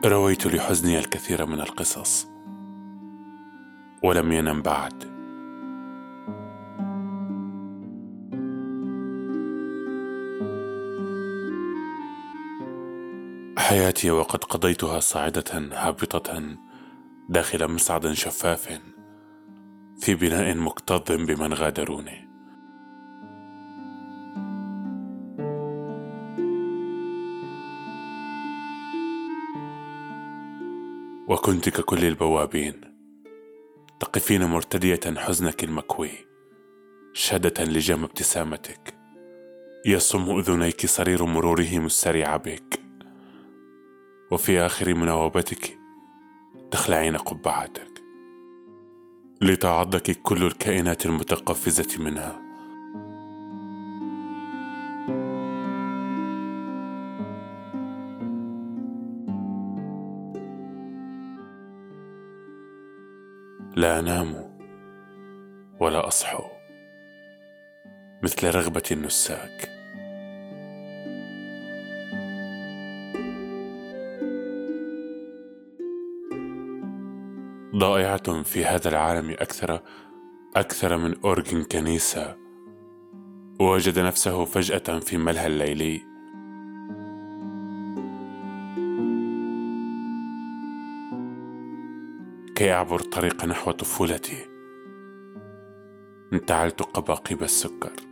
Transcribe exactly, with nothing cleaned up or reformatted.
رويت لحزني الكثير من القصص ولم ينم بعد. حياتي وقد قضيتها صاعدة هابطة داخل مصعد شفاف في بناء مكتظ بمن غادروني. وكنت ككل البوابين تقفين مرتدية حزنك المكوي، شهادة لجام ابتسامتك يصم أذنيك صرير مرورهم السريع بك، وفي آخر مناوبتك تخلعين قبعتك لتعضك كل الكائنات المتقفزة منها. لا أنام ولا أصحو مثل رغبة النساك. ضائعة في هذا العالم أكثر أكثر من أورغن كنيسة، ووجد نفسه فجأة في ملهى الليلي. كي أعبر طريق نحو طفولتي انتعلت قباقيب السكر.